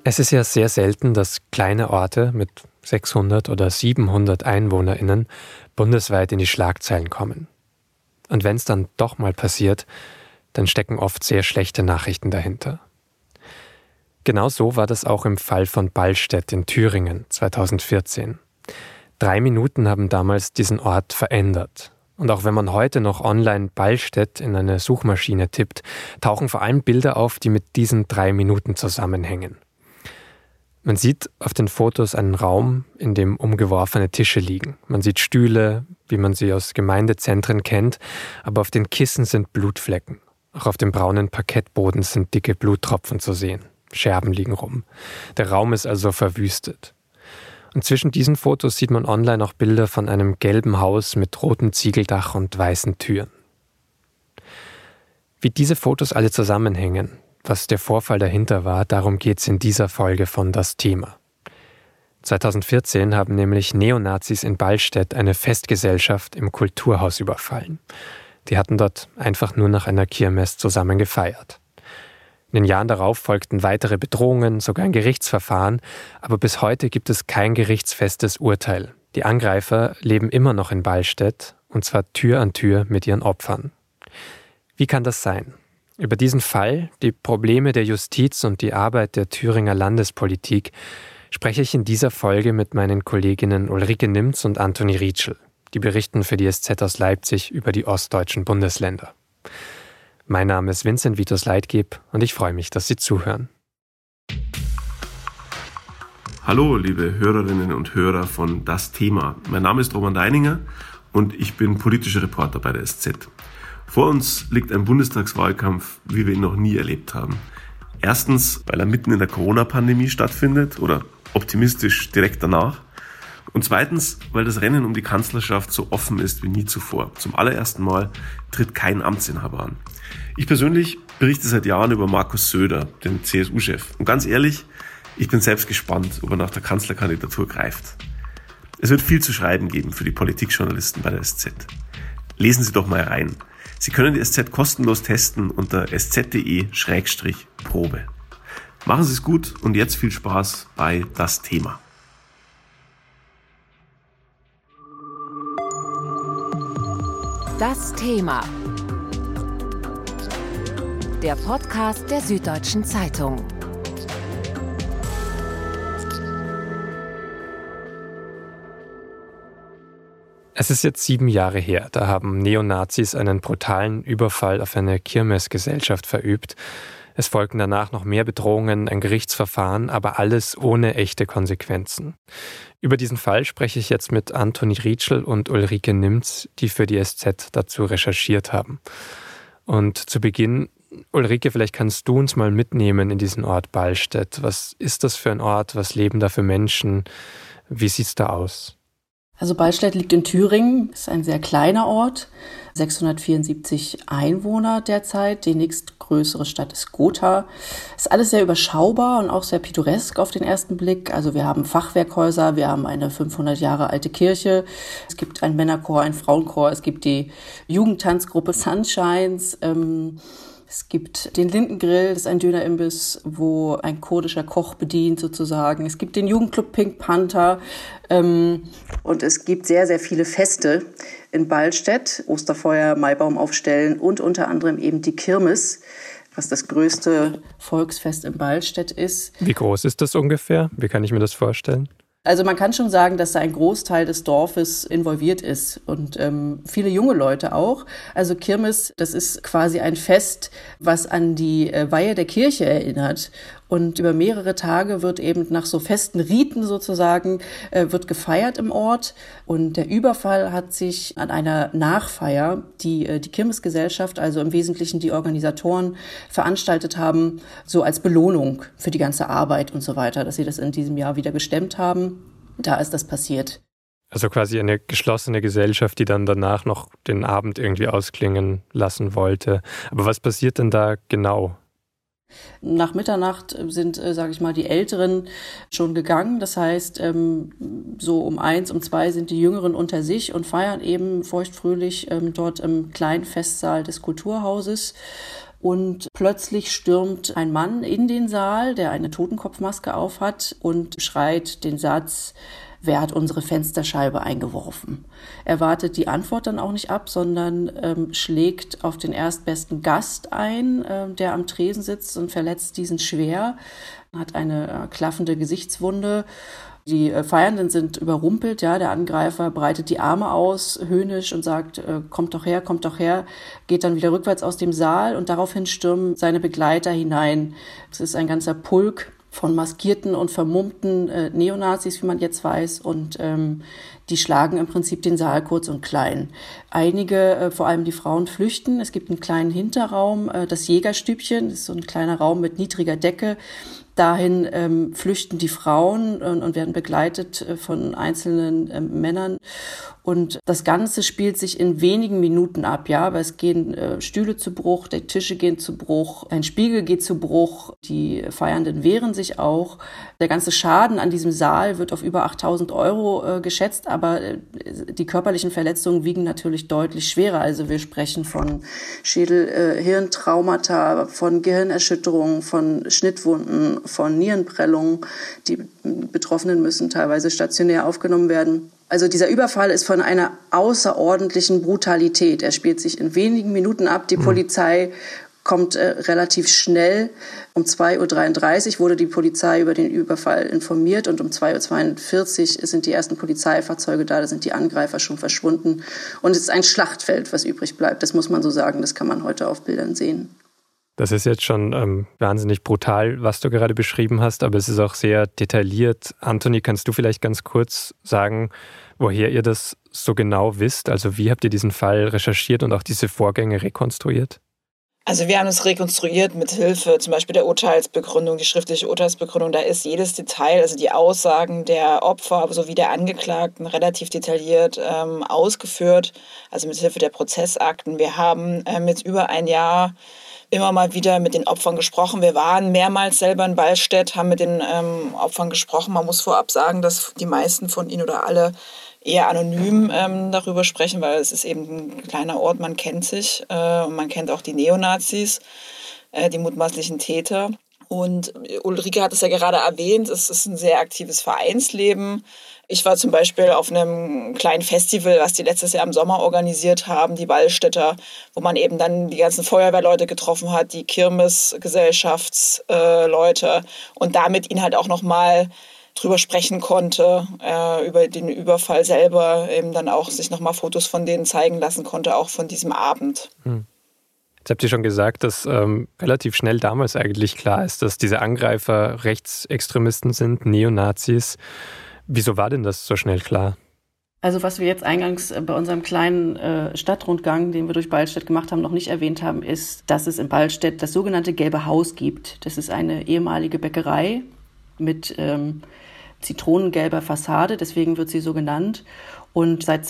Es ist ja sehr selten, dass kleine Orte mit 600 oder 700 EinwohnerInnen bundesweit in die Schlagzeilen kommen. Und wenn es dann doch mal passiert, dann stecken oft sehr schlechte Nachrichten dahinter. Genau so war das auch im Fall von Ballstedt in Thüringen 2014. 3 Minuten haben damals diesen Ort verändert. Und auch wenn man heute noch online Ballstedt in eine Suchmaschine tippt, tauchen vor allem Bilder auf, die mit diesen 3 Minuten zusammenhängen. Man sieht auf den Fotos einen Raum, in dem umgeworfene Tische liegen. Man sieht Stühle, wie man sie aus Gemeindezentren kennt, aber auf den Kissen sind Blutflecken. Auch auf dem braunen Parkettboden sind dicke Bluttropfen zu sehen. Scherben liegen rum. Der Raum ist also verwüstet. Und zwischen diesen Fotos sieht man online auch Bilder von einem gelben Haus mit rotem Ziegeldach und weißen Türen. Wie diese Fotos alle zusammenhängen, was der Vorfall dahinter war, darum geht es in dieser Folge von Das Thema. 2014 haben nämlich Neonazis in Ballstedt eine Festgesellschaft im Kulturhaus überfallen. Die hatten dort einfach nur nach einer Kirmes zusammen gefeiert. In den Jahren darauf folgten weitere Bedrohungen, sogar ein Gerichtsverfahren, aber bis heute gibt es kein gerichtsfestes Urteil. Die Angreifer leben immer noch in Ballstedt, und zwar Tür an Tür mit ihren Opfern. Wie kann das sein? Über diesen Fall, die Probleme der Justiz und die Arbeit der Thüringer Landespolitik spreche ich in dieser Folge mit meinen Kolleginnen Ulrike Nimz und Antoni Rietschel. Die berichten für die SZ aus Leipzig über die ostdeutschen Bundesländer. Mein Name ist Vincent Vitus Leitgeb und ich freue mich, dass Sie zuhören. Hallo, liebe Hörerinnen und Hörer von Das Thema. Mein Name ist Roman Deininger und ich bin politischer Reporter bei der SZ. Vor uns liegt ein Bundestagswahlkampf, wie wir ihn noch nie erlebt haben. Erstens, weil er mitten in der Corona-Pandemie stattfindet oder optimistisch direkt danach. Und zweitens, weil das Rennen um die Kanzlerschaft so offen ist wie nie zuvor. Zum allerersten Mal tritt kein Amtsinhaber an. Ich persönlich berichte seit Jahren über Markus Söder, den CSU-Chef. Und ganz ehrlich, ich bin selbst gespannt, ob er nach der Kanzlerkandidatur greift. Es wird viel zu schreiben geben für die Politikjournalisten bei der SZ. Lesen Sie doch mal rein. Sie können die SZ kostenlos testen unter sz.de/Probe. Machen Sie es gut und jetzt viel Spaß bei Das Thema. Das Thema. Der Podcast der Süddeutschen Zeitung. Es ist jetzt 7 Jahre her, da haben Neonazis einen brutalen Überfall auf eine Kirmesgesellschaft verübt. Es folgten danach noch mehr Bedrohungen, ein Gerichtsverfahren, aber alles ohne echte Konsequenzen. Über diesen Fall spreche ich jetzt mit Antoni Rietschel und Ulrike Nimz, die für die SZ dazu recherchiert haben. Und zu Beginn, Ulrike, vielleicht kannst du uns mal mitnehmen in diesen Ort Ballstedt. Was ist das für ein Ort? Was leben da für Menschen? Wie sieht es da aus? Also Ballstedt liegt in Thüringen, ist ein sehr kleiner Ort, 674 Einwohner derzeit. Die nächstgrößere Stadt ist Gotha. Ist alles sehr überschaubar und auch sehr pittoresk auf den ersten Blick. Also wir haben Fachwerkhäuser, wir haben eine 500 Jahre alte Kirche, es gibt einen Männerchor, einen Frauenchor, es gibt die Jugendtanzgruppe Sunshines, es gibt den Lindengrill, das ist ein Dönerimbiss, wo ein kurdischer Koch bedient sozusagen. Es gibt den Jugendclub Pink Panther und es gibt sehr, sehr viele Feste in Ballstedt. Osterfeuer, Maibaum aufstellen und unter anderem eben die Kirmes, was das größte Volksfest in Ballstedt ist. Wie groß ist das ungefähr? Wie kann ich mir das vorstellen? Also man kann schon sagen, dass da ein Großteil des Dorfes involviert ist und viele junge Leute auch. Also Kirmes, das ist quasi ein Fest, was an die Weihe der Kirche erinnert. Und über mehrere Tage wird eben nach so festen Riten sozusagen, wird gefeiert im Ort. Und der Überfall hat sich an einer Nachfeier, die Kirmesgesellschaft, also im Wesentlichen die Organisatoren, veranstaltet haben, so als Belohnung für die ganze Arbeit und so weiter, dass sie das in diesem Jahr wieder gestemmt haben. Da ist das passiert. Also quasi eine geschlossene Gesellschaft, die dann danach noch den Abend irgendwie ausklingen lassen wollte. Aber was passiert denn da genau? Nach Mitternacht sind, sage ich mal, die Älteren schon gegangen. Das heißt, so um 1, um 2 sind die Jüngeren unter sich und feiern eben feuchtfröhlich dort im kleinen Festsaal des Kulturhauses. Und plötzlich stürmt ein Mann in den Saal, der eine Totenkopfmaske aufhat und schreit den Satz: Wer hat unsere Fensterscheibe eingeworfen? Er wartet die Antwort dann auch nicht ab, sondern schlägt auf den erstbesten Gast ein, der am Tresen sitzt, und verletzt diesen schwer, hat eine klaffende Gesichtswunde. Die Feiernden sind überrumpelt, ja, der Angreifer breitet die Arme aus, höhnisch, und sagt, kommt doch her, geht dann wieder rückwärts aus dem Saal, und daraufhin stürmen seine Begleiter hinein. Es ist ein ganzer Pulk von maskierten und vermummten Neonazis, wie man jetzt weiß, und die schlagen im Prinzip den Saal kurz und klein. Einige, vor allem die Frauen, flüchten. Es gibt einen kleinen Hinterraum, das Jägerstübchen, das ist so ein kleiner Raum mit niedriger Decke. Dahin flüchten die Frauen und werden begleitet von einzelnen Männern. Und das Ganze spielt sich in wenigen Minuten ab, ja, aber es gehen Stühle zu Bruch, die Tische gehen zu Bruch, ein Spiegel geht zu Bruch, die Feiernden wehren sich auch. Der ganze Schaden an diesem Saal wird auf über 8.000 Euro geschätzt, aber die körperlichen Verletzungen wiegen natürlich deutlich schwerer. Also wir sprechen von Schädel-Hirntraumata, von Gehirnerschütterungen, von Schnittwunden, von Nierenprellungen. Die Betroffenen müssen teilweise stationär aufgenommen werden. Also dieser Überfall ist von einer außerordentlichen Brutalität. Er spielt sich in wenigen Minuten ab. Die Polizei kommt relativ schnell. Um 2.33 Uhr wurde die Polizei über den Überfall informiert, und um 2.42 Uhr sind die ersten Polizeifahrzeuge da. Da sind die Angreifer schon verschwunden. Und es ist ein Schlachtfeld, was übrig bleibt. Das muss man so sagen. Das kann man heute auf Bildern sehen. Das ist jetzt schon wahnsinnig brutal, was du gerade beschrieben hast, aber es ist auch sehr detailliert. Anthony, kannst du vielleicht ganz kurz sagen, woher ihr das so genau wisst? Also wie habt ihr diesen Fall recherchiert und auch diese Vorgänge rekonstruiert? Also wir haben es rekonstruiert mit Hilfe zum Beispiel der Urteilsbegründung, die schriftliche Urteilsbegründung. Da ist jedes Detail, also die Aussagen der Opfer sowie der Angeklagten, relativ detailliert ausgeführt, also mit Hilfe der Prozessakten. Wir haben jetzt über ein Jahr immer mal wieder mit den Opfern gesprochen. Wir waren mehrmals selber in Ballstedt, haben mit den Opfern gesprochen. Man muss vorab sagen, dass die meisten von ihnen oder alle eher anonym darüber sprechen, weil es ist eben ein kleiner Ort, man kennt sich und man kennt auch die Neonazis, die mutmaßlichen Täter. Und Ulrike hat es ja gerade erwähnt, es ist ein sehr aktives Vereinsleben. Ich war zum Beispiel auf einem kleinen Festival, was die letztes Jahr im Sommer organisiert haben, die Ballstädter, wo man eben dann die ganzen Feuerwehrleute getroffen hat, die Kirmesgesellschaftsleute, und damit ihnen halt auch nochmal drüber sprechen konnte, über den Überfall selber, eben dann auch sich nochmal Fotos von denen zeigen lassen konnte, auch von diesem Abend. Jetzt habt ihr schon gesagt, dass relativ schnell damals eigentlich klar ist, dass diese Angreifer Rechtsextremisten sind, Neonazis. Wieso war denn das so schnell klar? Also was wir jetzt eingangs bei unserem kleinen Stadtrundgang, den wir durch Ballstedt gemacht haben, noch nicht erwähnt haben, ist, dass es in Ballstedt das sogenannte Gelbe Haus gibt. Das ist eine ehemalige Bäckerei mit zitronengelber Fassade, deswegen wird sie so genannt. Und seit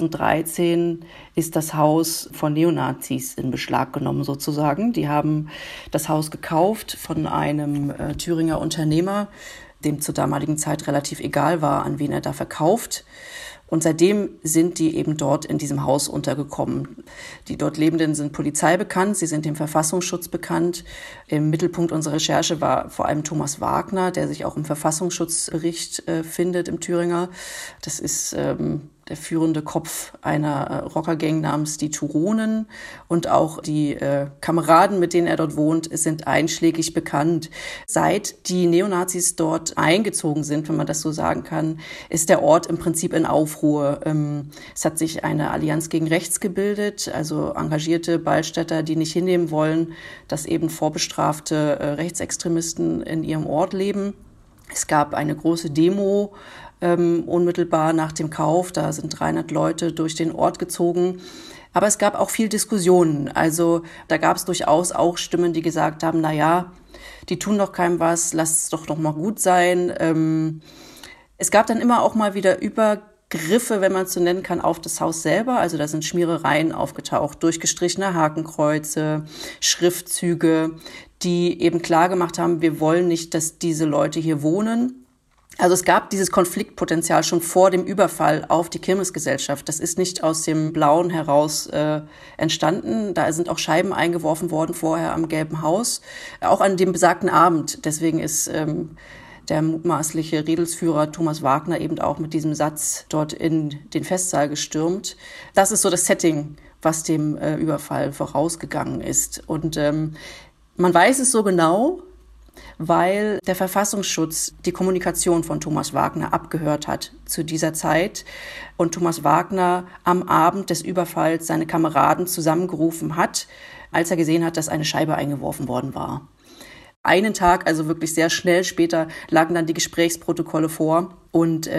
2013 ist das Haus von Neonazis in Beschlag genommen sozusagen. Die haben das Haus gekauft von einem Thüringer Unternehmer, dem zur damaligen Zeit relativ egal war, an wen er da verkauft. Und seitdem sind die eben dort in diesem Haus untergekommen. Die dort Lebenden sind Polizei bekannt, sie sind dem Verfassungsschutz bekannt. Im Mittelpunkt unserer Recherche war vor allem Thomas Wagner, der sich auch im Verfassungsschutzbericht findet im Thüringer. Das ist der führende Kopf einer Rockergang namens die Turonen, und auch die Kameraden, mit denen er dort wohnt, sind einschlägig bekannt. Seit die Neonazis dort eingezogen sind, wenn man das so sagen kann, ist der Ort im Prinzip in Aufruhr. Es hat sich eine Allianz gegen Rechts gebildet, also engagierte Ballstädter, die nicht hinnehmen wollen, dass eben vorbestrafte Rechtsextremisten in ihrem Ort leben. Es gab eine große Demo unmittelbar nach dem Kauf. Da sind 300 Leute durch den Ort gezogen. Aber es gab auch viel Diskussionen. Also da gab es durchaus auch Stimmen, die gesagt haben, na ja, die tun doch keinem was, lasst es doch noch mal gut sein. Es gab dann immer auch mal wieder Übergriffe, wenn man es so nennen kann, auf das Haus selber. Also da sind Schmierereien aufgetaucht, durchgestrichene Hakenkreuze, Schriftzüge, die eben klar gemacht haben, wir wollen nicht, dass diese Leute hier wohnen. Also es gab dieses Konfliktpotenzial schon vor dem Überfall auf die Kirmesgesellschaft. Das ist nicht aus dem Blauen heraus entstanden. Da sind auch Scheiben eingeworfen worden vorher am Gelben Haus, auch an dem besagten Abend. Deswegen ist der mutmaßliche Redelsführer Thomas Wagner eben auch mit diesem Satz dort in den Festsaal gestürmt. Das ist so das Setting, was dem Überfall vorausgegangen ist. Und man weiß es so genau, weil der Verfassungsschutz die Kommunikation von Thomas Wagner abgehört hat zu dieser Zeit und Thomas Wagner am Abend des Überfalls seine Kameraden zusammengerufen hat, als er gesehen hat, dass eine Scheibe eingeworfen worden war. Einen Tag, also wirklich sehr schnell später, lagen dann die Gesprächsprotokolle vor und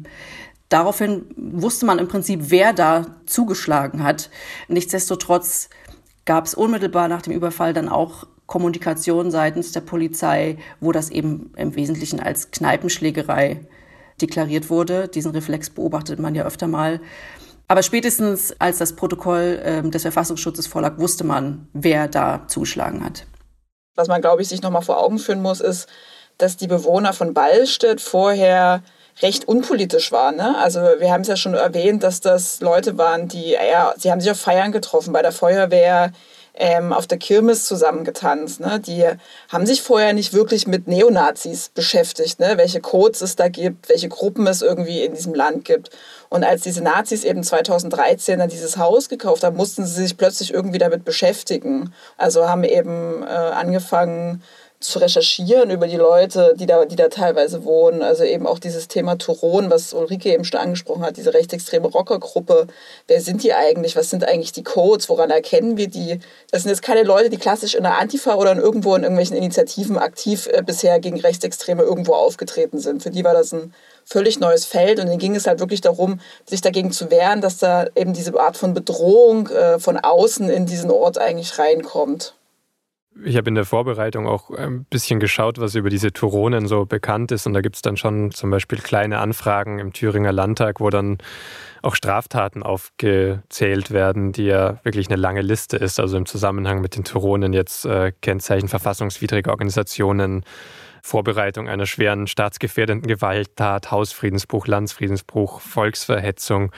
daraufhin wusste man im Prinzip, wer da zugeschlagen hat. Nichtsdestotrotz gab es unmittelbar nach dem Überfall dann auch Kommunikation seitens der Polizei, wo das eben im Wesentlichen als Kneipenschlägerei deklariert wurde. Diesen Reflex beobachtet man ja öfter mal. Aber spätestens als das Protokoll des Verfassungsschutzes vorlag, wusste man, wer da zugeschlagen hat. Was man, glaube ich, sich nochmal vor Augen führen muss, ist, dass die Bewohner von Ballstedt vorher recht unpolitisch waren. Ne? Also wir haben es ja schon erwähnt, dass das Leute waren, sie haben sich auf Feiern getroffen, bei der Feuerwehr, auf der Kirmes zusammengetanzt. Ne? Die haben sich vorher nicht wirklich mit Neonazis beschäftigt, ne? Welche Codes es da gibt, welche Gruppen es irgendwie in diesem Land gibt. Und als diese Nazis eben 2013 dann dieses Haus gekauft haben, mussten sie sich plötzlich irgendwie damit beschäftigen. Also haben eben angefangen zu recherchieren über die Leute, die da teilweise wohnen. Also eben auch dieses Thema Turon, was Ulrike eben schon angesprochen hat, diese rechtsextreme Rockergruppe. Wer sind die eigentlich? Was sind eigentlich die Codes? Woran erkennen wir die? Das sind jetzt keine Leute, die klassisch in der Antifa oder irgendwo in irgendwelchen Initiativen aktiv bisher gegen Rechtsextreme irgendwo aufgetreten sind. Für die war das ein völlig neues Feld und denen ging es halt wirklich darum, sich dagegen zu wehren, dass da eben diese Art von Bedrohung von außen in diesen Ort eigentlich reinkommt. Ich habe in der Vorbereitung auch ein bisschen geschaut, was über diese Turonen so bekannt ist. Und da gibt es dann schon zum Beispiel kleine Anfragen im Thüringer Landtag, wo dann auch Straftaten aufgezählt werden, die ja wirklich eine lange Liste ist. Also im Zusammenhang mit den Turonen jetzt Kennzeichen verfassungswidrige Organisationen, Vorbereitung einer schweren staatsgefährdenden Gewalttat, Hausfriedensbruch, Landsfriedensbruch, Volksverhetzung.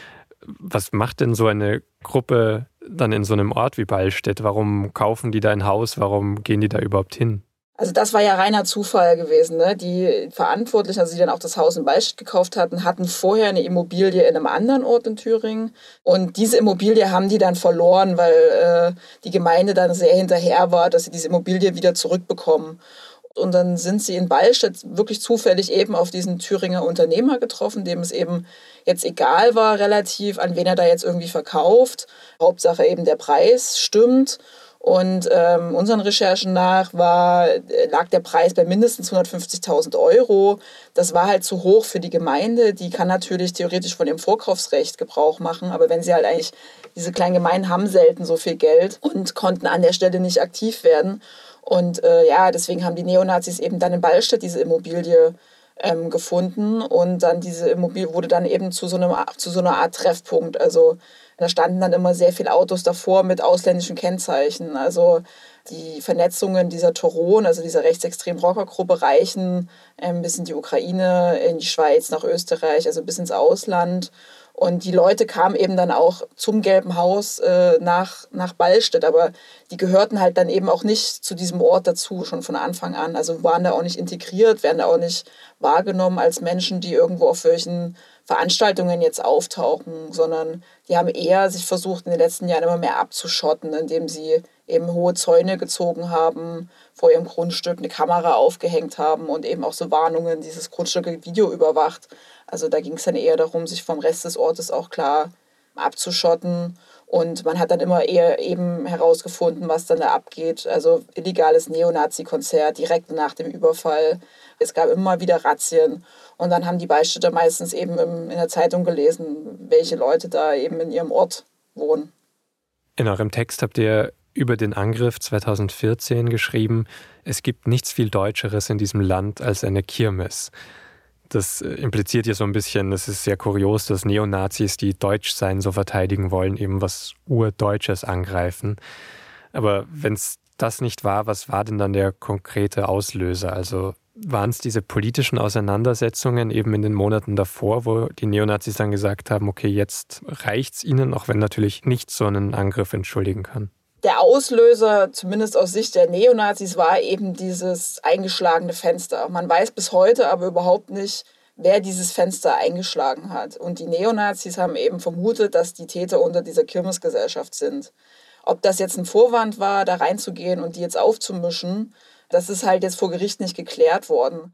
Was macht denn so eine Gruppe dann in so einem Ort wie Ballstedt? Warum kaufen die da ein Haus? Warum gehen die da überhaupt hin? Also das war ja reiner Zufall gewesen. Ne? Die Verantwortlichen, also die dann auch das Haus in Ballstedt gekauft hatten vorher eine Immobilie in einem anderen Ort in Thüringen. Und diese Immobilie haben die dann verloren, weil die Gemeinde dann sehr hinterher war, dass sie diese Immobilie wieder zurückbekommen. Und dann sind sie in Ballstedt wirklich zufällig eben auf diesen Thüringer Unternehmer getroffen, dem es eben jetzt egal war relativ, an wen er da jetzt irgendwie verkauft. Hauptsache eben der Preis stimmt. Und unseren Recherchen nach lag der Preis bei mindestens 150.000 Euro. Das war halt zu hoch für die Gemeinde. Die kann natürlich theoretisch von ihrem Vorkaufsrecht Gebrauch machen. Aber wenn sie halt eigentlich, diese kleinen Gemeinden haben selten so viel Geld und konnten an der Stelle nicht aktiv werden. Und deswegen haben die Neonazis eben dann in Ballstedt diese Immobilie gefunden. Und dann diese Immobilie wurde dann eben zu so einer Art Treffpunkt. Also da standen dann immer sehr viele Autos davor mit ausländischen Kennzeichen. Also die Vernetzungen dieser Turon, also dieser rechtsextremen Rockergruppe, reichen bis in die Ukraine, in die Schweiz, nach Österreich, also bis ins Ausland. Und die Leute kamen eben dann auch zum Gelben Haus nach Ballstedt, aber die gehörten halt dann eben auch nicht zu diesem Ort dazu, schon von Anfang an. Also waren da auch nicht integriert, werden da auch nicht wahrgenommen als Menschen, die irgendwo auf solchen Veranstaltungen jetzt auftauchen, sondern die haben eher sich versucht, in den letzten Jahren immer mehr abzuschotten, indem sie eben hohe Zäune gezogen haben, vor ihrem Grundstück eine Kamera aufgehängt haben und eben auch so Warnungen, dieses Grundstück Video überwacht. Also da ging es dann eher darum, sich vom Rest des Ortes auch klar abzuschotten. Und man hat dann immer eher eben herausgefunden, was dann da abgeht. Also illegales Neonazi-Konzert direkt nach dem Überfall. Es gab immer wieder Razzien. Und dann haben die Ballstädter meistens eben in der Zeitung gelesen, welche Leute da eben in ihrem Ort wohnen. In eurem Text habt ihr über den Angriff 2014 geschrieben, es gibt nichts viel Deutscheres in diesem Land als eine Kirmes. Das impliziert ja so ein bisschen, es ist sehr kurios, dass Neonazis, die Deutschsein so verteidigen wollen, eben was Urdeutsches angreifen. Aber wenn es das nicht war, was war denn dann der konkrete Auslöser? Also Waren es diese politischen Auseinandersetzungen eben in den Monaten davor, wo die Neonazis dann gesagt haben, okay, jetzt reicht's ihnen, auch wenn natürlich nichts so einen Angriff entschuldigen kann? Der Auslöser, zumindest aus Sicht der Neonazis, war eben dieses eingeschlagene Fenster. Man weiß bis heute aber überhaupt nicht, wer dieses Fenster eingeschlagen hat. Und die Neonazis haben eben vermutet, dass die Täter unter dieser Kirmesgesellschaft sind. Ob das jetzt ein Vorwand war, da reinzugehen und die jetzt aufzumischen, das ist halt jetzt vor Gericht nicht geklärt worden.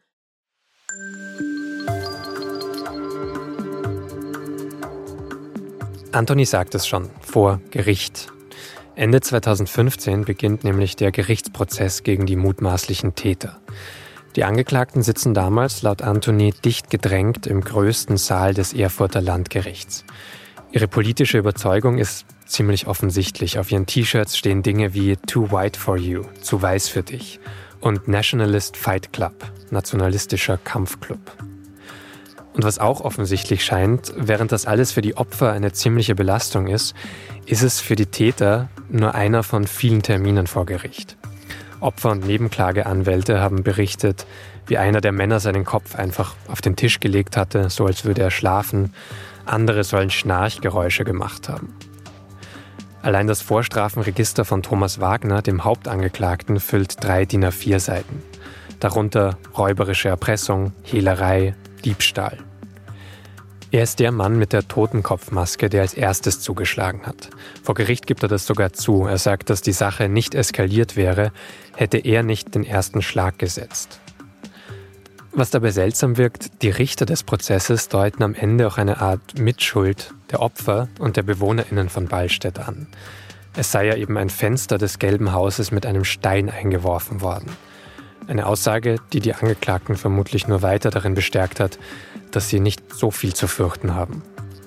Antoni sagt es schon, vor Gericht. Ende 2015 beginnt nämlich der Gerichtsprozess gegen die mutmaßlichen Täter. Die Angeklagten sitzen damals laut Antoni dicht gedrängt im größten Saal des Erfurter Landgerichts. Ihre politische Überzeugung ist ziemlich offensichtlich. Auf ihren T-Shirts stehen Dinge wie Too White for You, zu weiß für dich, und Nationalist Fight Club, nationalistischer Kampfclub. Und was auch offensichtlich scheint, während das alles für die Opfer eine ziemliche Belastung ist es für die Täter nur einer von vielen Terminen vor Gericht. Opfer- und Nebenklageanwälte haben berichtet, wie einer der Männer seinen Kopf einfach auf den Tisch gelegt hatte, so als würde er schlafen. Andere sollen Schnarchgeräusche gemacht haben. Allein das Vorstrafenregister von Thomas Wagner, dem Hauptangeklagten, füllt 3 DIN A4-Seiten. Darunter räuberische Erpressung, Hehlerei, Diebstahl. Er ist der Mann mit der Totenkopfmaske, der als erstes zugeschlagen hat. Vor Gericht gibt er das sogar zu. Er sagt, dass die Sache nicht eskaliert wäre, hätte er nicht den ersten Schlag gesetzt. Was dabei seltsam wirkt, die Richter des Prozesses deuten am Ende auch eine Art Mitschuld der Opfer und der BewohnerInnen von Ballstedt an. Es sei ja eben ein Fenster des Gelben Hauses mit einem Stein eingeworfen worden. Eine Aussage, die die Angeklagten vermutlich nur weiter darin bestärkt hat, dass sie nicht so viel zu fürchten haben.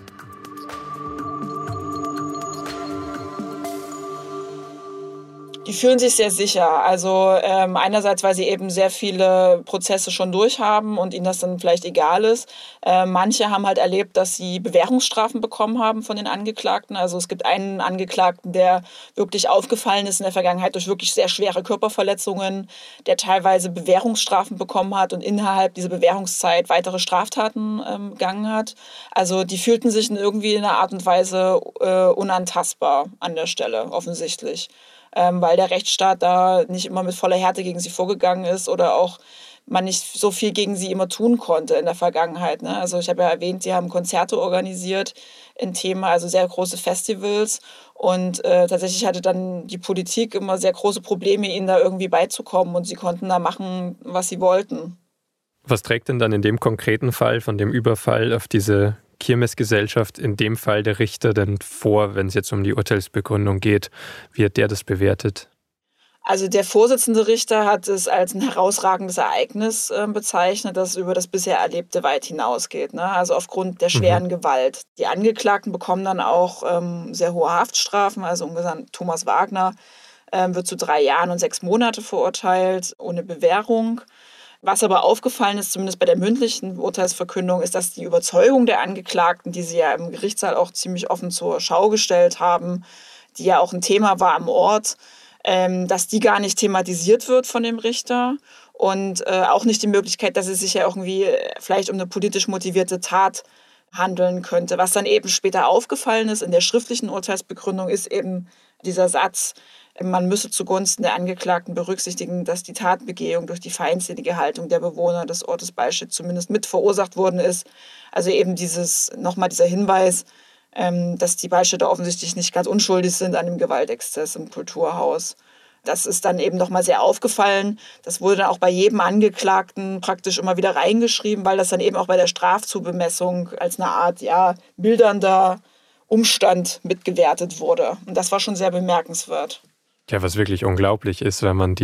Die fühlen sich sehr sicher. Also einerseits, weil sie eben sehr viele Prozesse schon durchhaben und ihnen das dann vielleicht egal ist. Manche haben halt erlebt, dass sie Bewährungsstrafen bekommen haben von den Angeklagten. Also es gibt einen Angeklagten, der wirklich aufgefallen ist in der Vergangenheit durch wirklich sehr schwere Körperverletzungen, der teilweise Bewährungsstrafen bekommen hat und innerhalb dieser Bewährungszeit weitere Straftaten begangen hat. Also die fühlten sich irgendwie in einer Art und Weise unantastbar an der Stelle, offensichtlich. Weil der Rechtsstaat da nicht immer mit voller Härte gegen sie vorgegangen ist oder auch man nicht so viel gegen sie immer tun konnte in der Vergangenheit. Ne? Also ich habe ja erwähnt, sie haben Konzerte organisiert in Thema, also sehr große Festivals und tatsächlich hatte dann die Politik immer sehr große Probleme, ihnen da irgendwie beizukommen und sie konnten da machen, was sie wollten. Was trägt denn dann in dem konkreten Fall von dem Überfall auf diese Kirmesgesellschaft in dem Fall der Richter denn vor, wenn es jetzt um die Urteilsbegründung geht? Wie hat der das bewertet? Also der Vorsitzende Richter hat es als ein herausragendes Ereignis bezeichnet, das über das bisher Erlebte weit hinausgeht. Ne? Also aufgrund der schweren Gewalt. Die Angeklagten bekommen dann auch sehr hohe Haftstrafen. Also umgesandt Thomas Wagner wird zu 3 Jahren und 6 Monate verurteilt, ohne Bewährung. Was aber aufgefallen ist, zumindest bei der mündlichen Urteilsverkündung, ist, dass die Überzeugung der Angeklagten, die sie ja im Gerichtssaal auch ziemlich offen zur Schau gestellt haben, die ja auch ein Thema war am Ort, dass die gar nicht thematisiert wird von dem Richter und auch nicht die Möglichkeit, dass es sich ja irgendwie vielleicht um eine politisch motivierte Tat handeln könnte. Was dann eben später aufgefallen ist in der schriftlichen Urteilsbegründung, ist eben dieser Satz, man müsse zugunsten der Angeklagten berücksichtigen, dass die Tatbegehung durch die feindselige Haltung der Bewohner des Ortes Ballstedt zumindest mit verursacht worden ist. Also eben nochmal dieser Hinweis, dass die Ballstädter offensichtlich nicht ganz unschuldig sind an dem Gewaltexzess im Kulturhaus. Das ist dann eben nochmal sehr aufgefallen. Das wurde dann auch bei jedem Angeklagten praktisch immer wieder reingeschrieben, weil das dann eben auch bei der Strafzubemessung als eine Art mildernder Umstand mitgewertet wurde. Und das war schon sehr bemerkenswert. Ja, was wirklich unglaublich ist, wenn man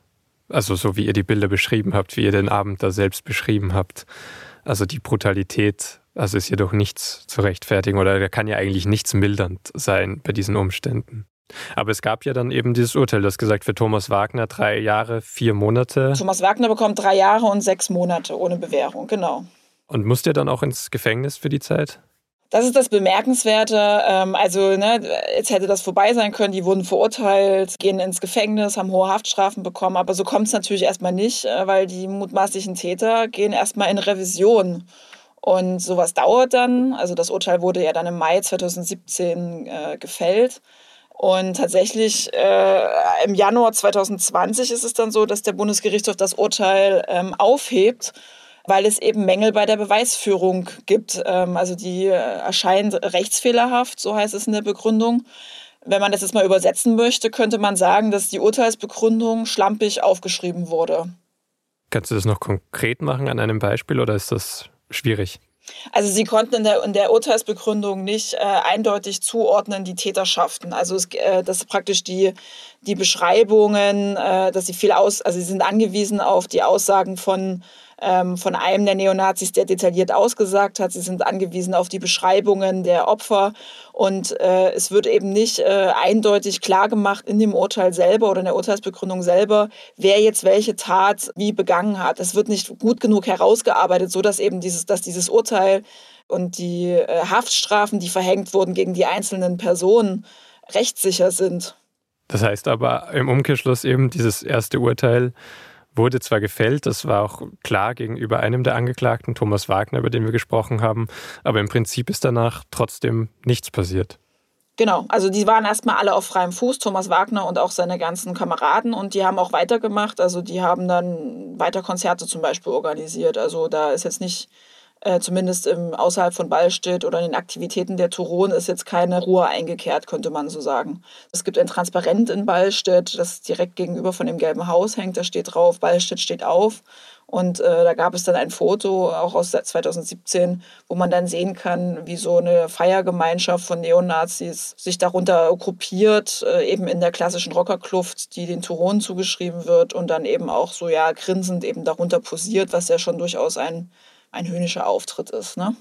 also so wie ihr die Bilder beschrieben habt, wie ihr den Abend da selbst beschrieben habt, also die Brutalität, also ist jedoch nichts zu rechtfertigen oder da kann ja eigentlich nichts mildernd sein bei diesen Umständen. Aber es gab ja dann eben dieses Urteil, das gesagt für Thomas Wagner 3 Jahre, 4 Monate. Thomas Wagner bekommt 3 Jahre und 6 Monate ohne Bewährung, genau. Und musste er dann auch ins Gefängnis für die Zeit? Das ist das Bemerkenswerte. Jetzt hätte das vorbei sein können. Die wurden verurteilt, gehen ins Gefängnis, haben hohe Haftstrafen bekommen. Aber so kommt es natürlich erstmal nicht, weil die mutmaßlichen Täter gehen erstmal in Revision. Und sowas dauert dann. Also das Urteil wurde ja dann im Mai 2017 gefällt. Und tatsächlich im Januar 2020 ist es dann so, dass der Bundesgerichtshof das Urteil aufhebt, weil es eben Mängel bei der Beweisführung gibt. Also die erscheint rechtsfehlerhaft, so heißt es in der Begründung. Wenn man das jetzt mal übersetzen möchte, könnte man sagen, dass die Urteilsbegründung schlampig aufgeschrieben wurde. Kannst du das noch konkret machen an einem Beispiel oder ist das schwierig? Also sie konnten in der Urteilsbegründung nicht eindeutig zuordnen, die Täterschaften. Also das ist praktisch die Beschreibungen, dass sie sie sind angewiesen auf die Aussagen von einem der Neonazis, der detailliert ausgesagt hat. Sie sind angewiesen auf die Beschreibungen der Opfer und es wird eben nicht eindeutig klar gemacht in dem Urteil selber oder in der Urteilsbegründung selber, wer jetzt welche Tat wie begangen hat. Es wird nicht gut genug herausgearbeitet, sodass eben dieses Urteil und die Haftstrafen, die verhängt wurden gegen die einzelnen Personen, rechtssicher sind. Das heißt aber im Umkehrschluss eben, dieses erste Urteil wurde zwar gefällt, das war auch klar gegenüber einem der Angeklagten, Thomas Wagner, über den wir gesprochen haben, aber im Prinzip ist danach trotzdem nichts passiert. Genau, also die waren erstmal alle auf freiem Fuß, Thomas Wagner und auch seine ganzen Kameraden, und die haben auch weitergemacht, also die haben dann weiter Konzerte zum Beispiel organisiert, also da ist jetzt nicht, zumindest außerhalb von Ballstedt oder in den Aktivitäten der Turon ist jetzt keine Ruhe eingekehrt, könnte man so sagen. Es gibt ein Transparent in Ballstedt, das direkt gegenüber von dem Gelben Haus hängt, da steht drauf, Ballstedt steht auf. Und da gab es dann ein Foto, auch aus 2017, wo man dann sehen kann, wie so eine Feiergemeinschaft von Neonazis sich darunter gruppiert, eben in der klassischen Rockerkluft, die den Turonen zugeschrieben wird und dann eben auch so grinsend eben darunter posiert, was ja schon durchaus ein höhnischer Auftritt ist, ne?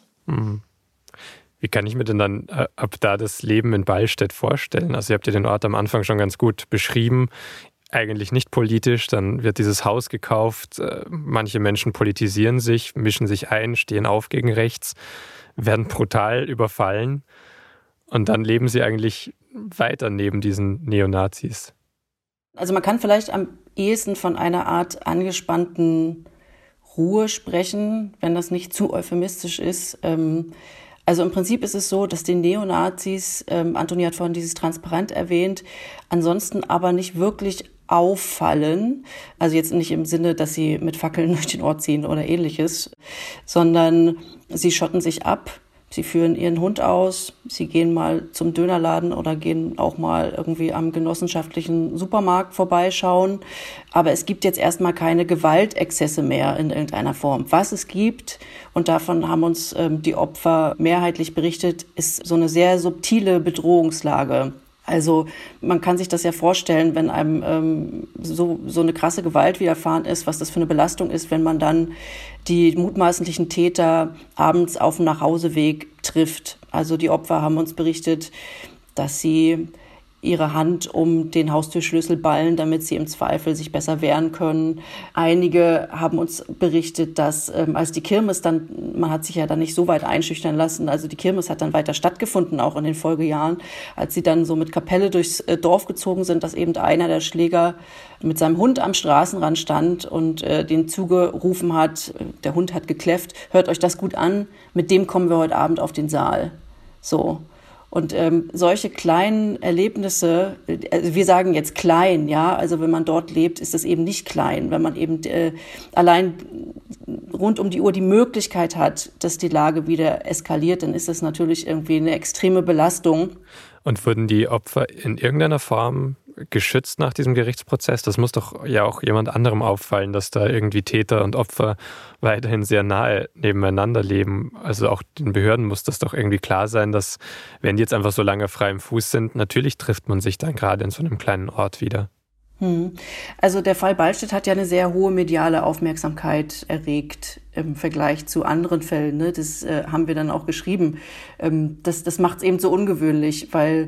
Wie kann ich mir denn dann ab da das Leben in Ballstedt vorstellen? Also ihr habt ja den Ort am Anfang schon ganz gut beschrieben, eigentlich nicht politisch, dann wird dieses Haus gekauft, manche Menschen politisieren sich, mischen sich ein, stehen auf gegen rechts, werden brutal überfallen und dann leben sie eigentlich weiter neben diesen Neonazis. Also man kann vielleicht am ehesten von einer Art angespannten Ruhe sprechen, wenn das nicht zu euphemistisch ist. Also im Prinzip ist es so, dass die Neonazis, Antoni hat vorhin dieses Transparent erwähnt, ansonsten aber nicht wirklich auffallen. Also jetzt nicht im Sinne, dass sie mit Fackeln durch den Ort ziehen oder ähnliches, sondern sie schotten sich ab. Sie führen ihren Hund aus, sie gehen mal zum Dönerladen oder gehen auch mal irgendwie am genossenschaftlichen Supermarkt vorbeischauen. Aber es gibt jetzt erstmal keine Gewaltexzesse mehr in irgendeiner Form. Was es gibt, und davon haben uns die Opfer mehrheitlich berichtet, ist so eine sehr subtile Bedrohungslage. Also man kann sich das ja vorstellen, wenn einem so eine krasse Gewalt widerfahren ist, was das für eine Belastung ist, wenn man dann die mutmaßlichen Täter abends auf dem Nachhauseweg trifft. Also die Opfer haben uns berichtet, dass sie ihre Hand um den Haustürschlüssel ballen, damit sie im Zweifel sich besser wehren können. Einige haben uns berichtet, dass als die Kirmes dann, man hat sich ja dann nicht so weit einschüchtern lassen, also die Kirmes hat dann weiter stattgefunden, auch in den Folgejahren, als sie dann so mit Kapelle durchs Dorf gezogen sind, dass eben einer der Schläger mit seinem Hund am Straßenrand stand und den zugerufen hat, der Hund hat gekläfft, hört euch das gut an, mit dem kommen wir heute Abend auf den Saal. So. Und solche kleinen Erlebnisse, also wir sagen jetzt klein, ja, also wenn man dort lebt, ist es eben nicht klein. Wenn man eben allein rund um die Uhr die Möglichkeit hat, dass die Lage wieder eskaliert, dann ist das natürlich irgendwie eine extreme Belastung. Und wurden die Opfer in irgendeiner Form geschützt nach diesem Gerichtsprozess? Das muss doch ja auch jemand anderem auffallen, dass da irgendwie Täter und Opfer weiterhin sehr nahe nebeneinander leben. Also auch den Behörden muss das doch irgendwie klar sein, dass wenn die jetzt einfach so lange frei im Fuß sind, natürlich trifft man sich dann gerade in so einem kleinen Ort wieder. Also der Fall Ballstedt hat ja eine sehr hohe mediale Aufmerksamkeit erregt im Vergleich zu anderen Fällen. Ne? Das haben wir dann auch geschrieben. Das macht es eben so ungewöhnlich, weil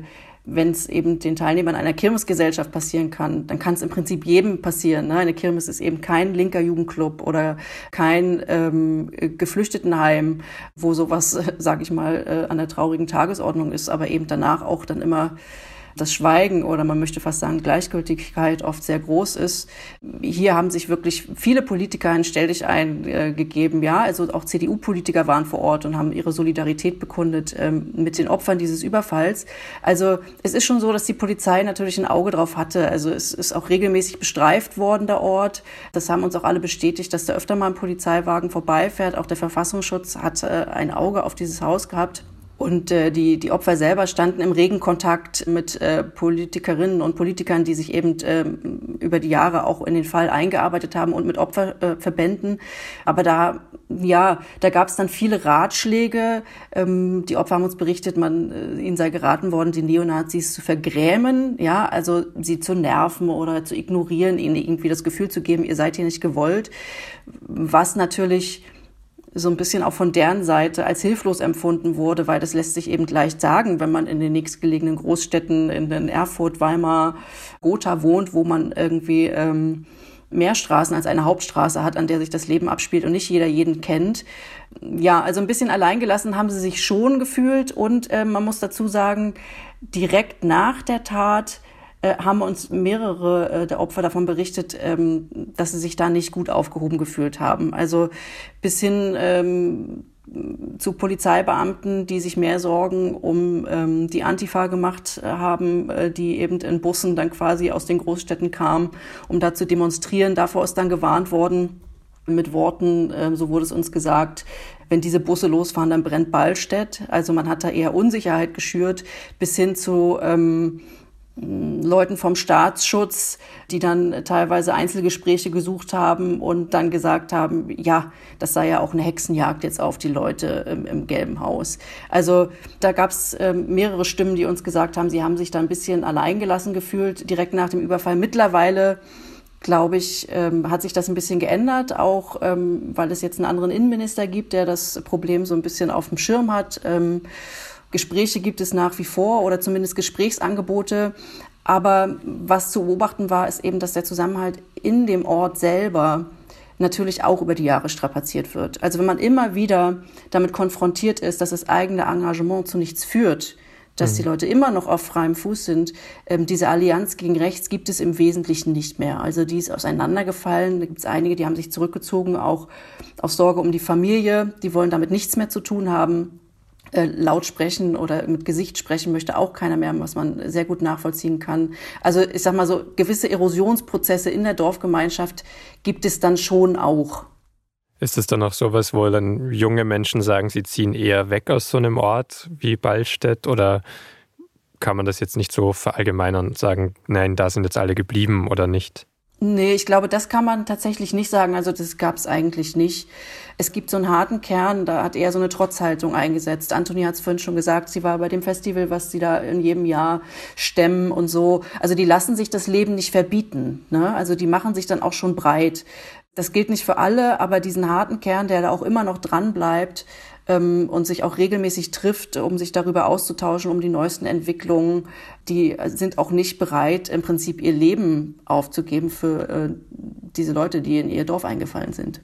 wenn es eben den Teilnehmern einer Kirmesgesellschaft passieren kann, dann kann es im Prinzip jedem passieren. Ne? Eine Kirmes ist eben kein linker Jugendclub oder kein Geflüchtetenheim, wo sowas, sage ich mal, an der traurigen Tagesordnung ist, aber eben danach auch dann immer das Schweigen oder man möchte fast sagen Gleichgültigkeit oft sehr groß ist. Hier haben sich wirklich viele Politiker ein Stelldichein gegeben. Ja, also auch CDU-Politiker waren vor Ort und haben ihre Solidarität bekundet mit den Opfern dieses Überfalls. Also es ist schon so, dass die Polizei natürlich ein Auge drauf hatte. Also es ist auch regelmäßig bestreift worden, der Ort. Das haben uns auch alle bestätigt, dass da öfter mal ein Polizeiwagen vorbeifährt. Auch der Verfassungsschutz hat ein Auge auf dieses Haus gehabt. Und die Opfer selber standen im regen Kontakt mit Politikerinnen und Politikern, die sich eben über die Jahre auch in den Fall eingearbeitet haben und mit Opferverbänden. Aber da gab es dann viele Ratschläge. Die Opfer haben uns berichtet, ihnen sei geraten worden, die Neonazis zu vergrämen, ja, also sie zu nerven oder zu ignorieren, ihnen irgendwie das Gefühl zu geben, ihr seid hier nicht gewollt, was natürlich so ein bisschen auch von deren Seite als hilflos empfunden wurde, weil das lässt sich eben leicht sagen, wenn man in den nächstgelegenen Großstädten in den Erfurt, Weimar, Gotha wohnt, wo man irgendwie mehr Straßen als eine Hauptstraße hat, an der sich das Leben abspielt und nicht jeder jeden kennt. Ja, also ein bisschen alleingelassen haben sie sich schon gefühlt und man muss dazu sagen, direkt nach der Tat haben uns mehrere der Opfer davon berichtet, dass sie sich da nicht gut aufgehoben gefühlt haben. Also bis hin zu Polizeibeamten, die sich mehr Sorgen um die Antifa gemacht haben, die eben in Bussen dann quasi aus den Großstädten kamen, um da zu demonstrieren. Davor ist dann gewarnt worden mit Worten, so wurde es uns gesagt, wenn diese Busse losfahren, dann brennt Ballstedt. Also man hat da eher Unsicherheit geschürt, bis hin zu Leuten vom Staatsschutz, die dann teilweise Einzelgespräche gesucht haben und dann gesagt haben, ja, das sei ja auch eine Hexenjagd jetzt auf die Leute im Gelben Haus. Also da gab es mehrere Stimmen, die uns gesagt haben, sie haben sich da ein bisschen alleingelassen gefühlt direkt nach dem Überfall. Mittlerweile, glaube ich, hat sich das ein bisschen geändert, auch weil es jetzt einen anderen Innenminister gibt, der das Problem so ein bisschen auf dem Schirm hat. Gespräche gibt es nach wie vor oder zumindest Gesprächsangebote. Aber was zu beobachten war, ist eben, dass der Zusammenhalt in dem Ort selber natürlich auch über die Jahre strapaziert wird. Also wenn man immer wieder damit konfrontiert ist, dass das eigene Engagement zu nichts führt, dass die Leute immer noch auf freiem Fuß sind, diese Allianz gegen rechts gibt es im Wesentlichen nicht mehr. Also die ist auseinandergefallen. Da gibt es einige, die haben sich zurückgezogen, auch aus Sorge um die Familie. Die wollen damit nichts mehr zu tun haben. Laut sprechen oder mit Gesicht sprechen möchte auch keiner mehr, was man sehr gut nachvollziehen kann. Also ich sag mal so, gewisse Erosionsprozesse in der Dorfgemeinschaft gibt es dann schon auch. Ist es dann auch sowas, wo dann junge Menschen sagen, sie ziehen eher weg aus so einem Ort wie Ballstedt, oder kann man das jetzt nicht so verallgemeinern und sagen, nein, da sind jetzt alle geblieben oder nicht? Nee, ich glaube, das kann man tatsächlich nicht sagen. Also das gab es eigentlich nicht. Es gibt so einen harten Kern, da hat eher so eine Trotzhaltung eingesetzt. Antoni hat es vorhin schon gesagt, sie war bei dem Festival, was sie da in jedem Jahr stemmen und so. Also die lassen sich das Leben nicht verbieten, ne? Also die machen sich dann auch schon breit. Das gilt nicht für alle, aber diesen harten Kern, der da auch immer noch dran bleibt, und sich auch regelmäßig trifft, um sich darüber auszutauschen, um die neuesten Entwicklungen, die sind auch nicht bereit, im Prinzip ihr Leben aufzugeben für diese Leute, die in ihr Dorf eingefallen sind.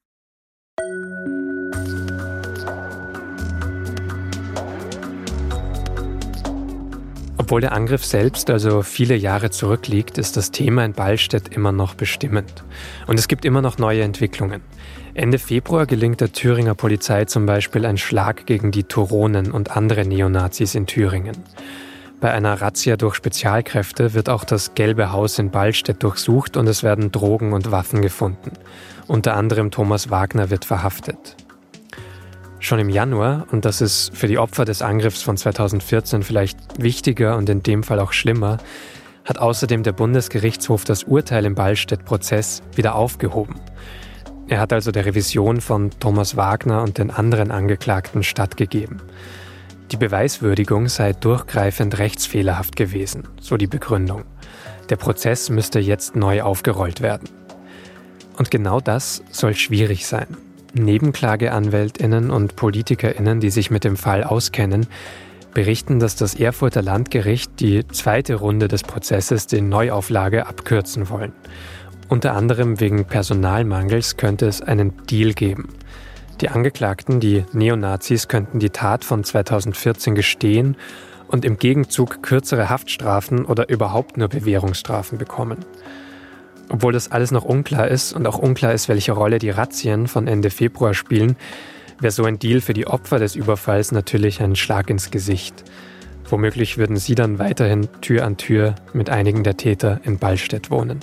Obwohl der Angriff selbst also viele Jahre zurückliegt, ist das Thema in Ballstedt immer noch bestimmend. Und es gibt immer noch neue Entwicklungen. Ende Februar gelingt der Thüringer Polizei zum Beispiel ein Schlag gegen die Turonen und andere Neonazis in Thüringen. Bei einer Razzia durch Spezialkräfte wird auch das Gelbe Haus in Ballstedt durchsucht und es werden Drogen und Waffen gefunden. Unter anderem Thomas Wagner wird verhaftet. Schon im Januar, und das ist für die Opfer des Angriffs von 2014 vielleicht wichtiger und in dem Fall auch schlimmer, hat außerdem der Bundesgerichtshof das Urteil im Ballstedt-Prozess wieder aufgehoben. Er hat also der Revision von Thomas Wagner und den anderen Angeklagten stattgegeben. Die Beweiswürdigung sei durchgreifend rechtsfehlerhaft gewesen, so die Begründung. Der Prozess müsste jetzt neu aufgerollt werden. Und genau das soll schwierig sein. NebenklageanwältInnen und PolitikerInnen, die sich mit dem Fall auskennen, berichten, dass das Erfurter Landgericht die zweite Runde des Prozesses, die Neuauflage, abkürzen wollen. Unter anderem wegen Personalmangels könnte es einen Deal geben. Die Angeklagten, die Neonazis, könnten die Tat von 2014 gestehen und im Gegenzug kürzere Haftstrafen oder überhaupt nur Bewährungsstrafen bekommen. Obwohl das alles noch unklar ist und auch unklar ist, welche Rolle die Razzien von Ende Februar spielen, wäre so ein Deal für die Opfer des Überfalls natürlich ein Schlag ins Gesicht. Womöglich würden sie dann weiterhin Tür an Tür mit einigen der Täter in Ballstedt wohnen.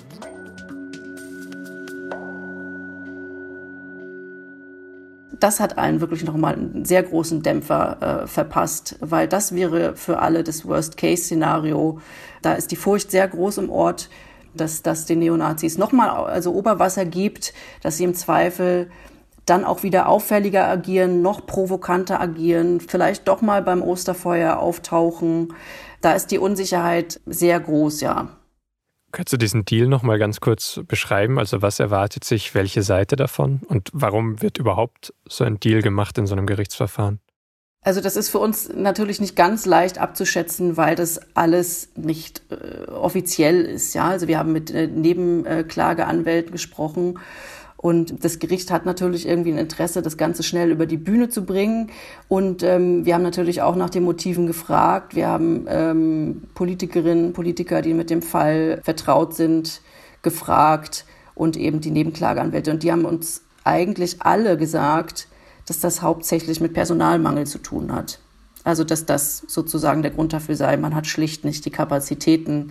Das hat einen wirklich nochmal einen sehr großen Dämpfer verpasst, weil das wäre für alle das Worst-Case-Szenario. Da ist die Furcht sehr groß im Ort, dass das den Neonazis nochmal Oberwasser gibt, dass sie im Zweifel dann auch wieder auffälliger agieren, noch provokanter agieren, vielleicht doch mal beim Osterfeuer auftauchen. Da ist die Unsicherheit sehr groß, ja. Könntest du diesen Deal noch mal ganz kurz beschreiben? Also was erwartet sich welche Seite davon? Und warum wird überhaupt so ein Deal gemacht in so einem Gerichtsverfahren? Also das ist für uns natürlich nicht ganz leicht abzuschätzen, weil das alles nicht offiziell ist. Ja, also wir haben mit Nebenklageanwälten gesprochen. Und das Gericht hat natürlich irgendwie ein Interesse, das Ganze schnell über die Bühne zu bringen. Und wir haben natürlich auch nach den Motiven gefragt. Wir haben Politikerinnen, Politiker, die mit dem Fall vertraut sind, gefragt und eben die Nebenklageanwälte. Und die haben uns eigentlich alle gesagt, dass das hauptsächlich mit Personalmangel zu tun hat. Also dass das sozusagen der Grund dafür sei, man hat schlicht nicht die Kapazitäten,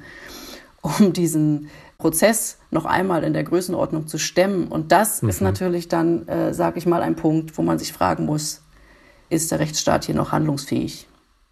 um diesen Prozess noch einmal in der Größenordnung zu stemmen. Und das ist natürlich dann, sage ich mal, ein Punkt, wo man sich fragen muss, ist der Rechtsstaat hier noch handlungsfähig?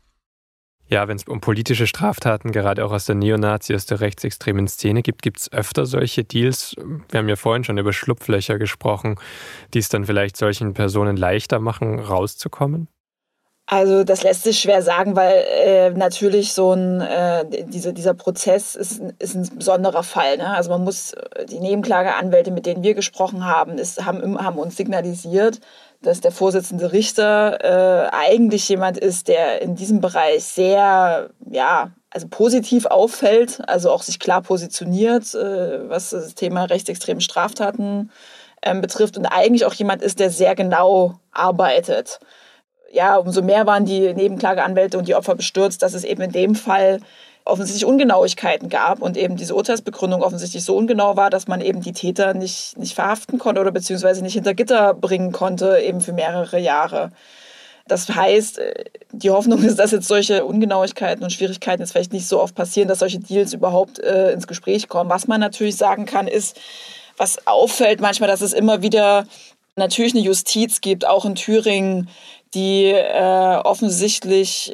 Ja, wenn es um politische Straftaten, gerade auch aus der Neonazi, aus der rechtsextremen Szene gibt es öfter solche Deals. Wir haben ja vorhin schon über Schlupflöcher gesprochen, die es dann vielleicht solchen Personen leichter machen, rauszukommen. Also das lässt sich schwer sagen, weil natürlich so dieser Prozess ist ein besonderer Fall. Ne? Also man muss, die Nebenklageanwälte, mit denen wir gesprochen haben, haben uns signalisiert, dass der Vorsitzende Richter eigentlich jemand ist, der in diesem Bereich sehr, also positiv auffällt, also auch sich klar positioniert, was das Thema rechtsextreme Straftaten betrifft und eigentlich auch jemand ist, der sehr genau arbeitet. Ja, umso mehr waren die Nebenklageanwälte und die Opfer bestürzt, dass es eben in dem Fall offensichtlich Ungenauigkeiten gab und eben diese Urteilsbegründung offensichtlich so ungenau war, dass man eben die Täter nicht verhaften konnte oder beziehungsweise nicht hinter Gitter bringen konnte, eben für mehrere Jahre. Das heißt, die Hoffnung ist, dass jetzt solche Ungenauigkeiten und Schwierigkeiten jetzt vielleicht nicht so oft passieren, dass solche Deals überhaupt ins Gespräch kommen. Was man natürlich sagen kann, ist, was auffällt manchmal, dass es immer wieder natürlich eine Justiz gibt, auch in Thüringen, die offensichtlich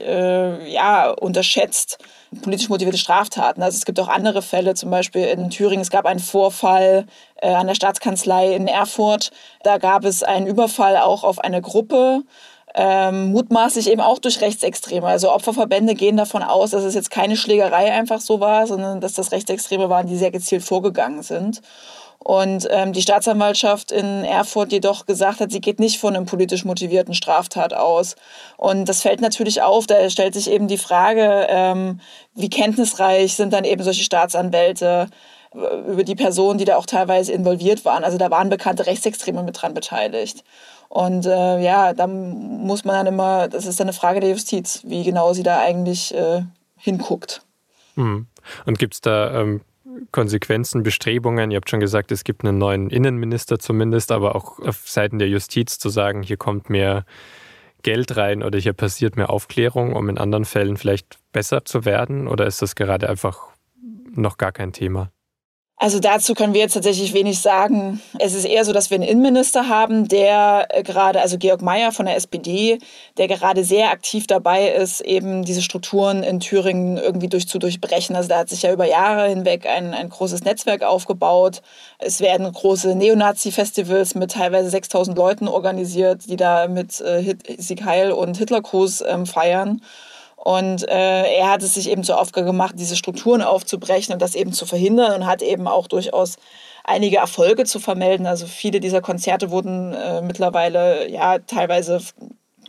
unterschätzt politisch motivierte Straftaten. Also es gibt auch andere Fälle, zum Beispiel in Thüringen, es gab einen Vorfall an der Staatskanzlei in Erfurt. Da gab es einen Überfall auch auf eine Gruppe, mutmaßlich eben auch durch Rechtsextreme. Also Opferverbände gehen davon aus, dass es jetzt keine Schlägerei einfach so war, sondern dass das Rechtsextreme waren, die sehr gezielt vorgegangen sind. Und die Staatsanwaltschaft in Erfurt jedoch gesagt hat, sie geht nicht von einem politisch motivierten Straftat aus. Und das fällt natürlich auf, da stellt sich eben die Frage, wie kenntnisreich sind dann eben solche Staatsanwälte über die Personen, die da auch teilweise involviert waren. Also da waren bekannte Rechtsextreme mit dran beteiligt. Und da muss man dann immer, das ist dann eine Frage der Justiz, wie genau sie da eigentlich hinguckt. Und gibt es da Konsequenzen, Bestrebungen? Ihr habt schon gesagt, es gibt einen neuen Innenminister zumindest, aber auch auf Seiten der Justiz zu sagen, hier kommt mehr Geld rein oder hier passiert mehr Aufklärung, um in anderen Fällen vielleicht besser zu werden? Oder ist das gerade einfach noch gar kein Thema? Also dazu können wir jetzt tatsächlich wenig sagen. Es ist eher so, dass wir einen Innenminister haben, der gerade, also Georg Mayer von der SPD, der gerade sehr aktiv dabei ist, eben diese Strukturen in Thüringen irgendwie zu durchbrechen. Also da hat sich ja über Jahre hinweg ein großes Netzwerk aufgebaut. Es werden große Neonazi-Festivals mit teilweise 6.000 Leuten organisiert, die da mit Sieg Heil und Hitlergruß feiern. Und er hat es sich eben zur Aufgabe gemacht, diese Strukturen aufzubrechen und das eben zu verhindern und hat eben auch durchaus einige Erfolge zu vermelden. Also viele dieser Konzerte wurden mittlerweile teilweise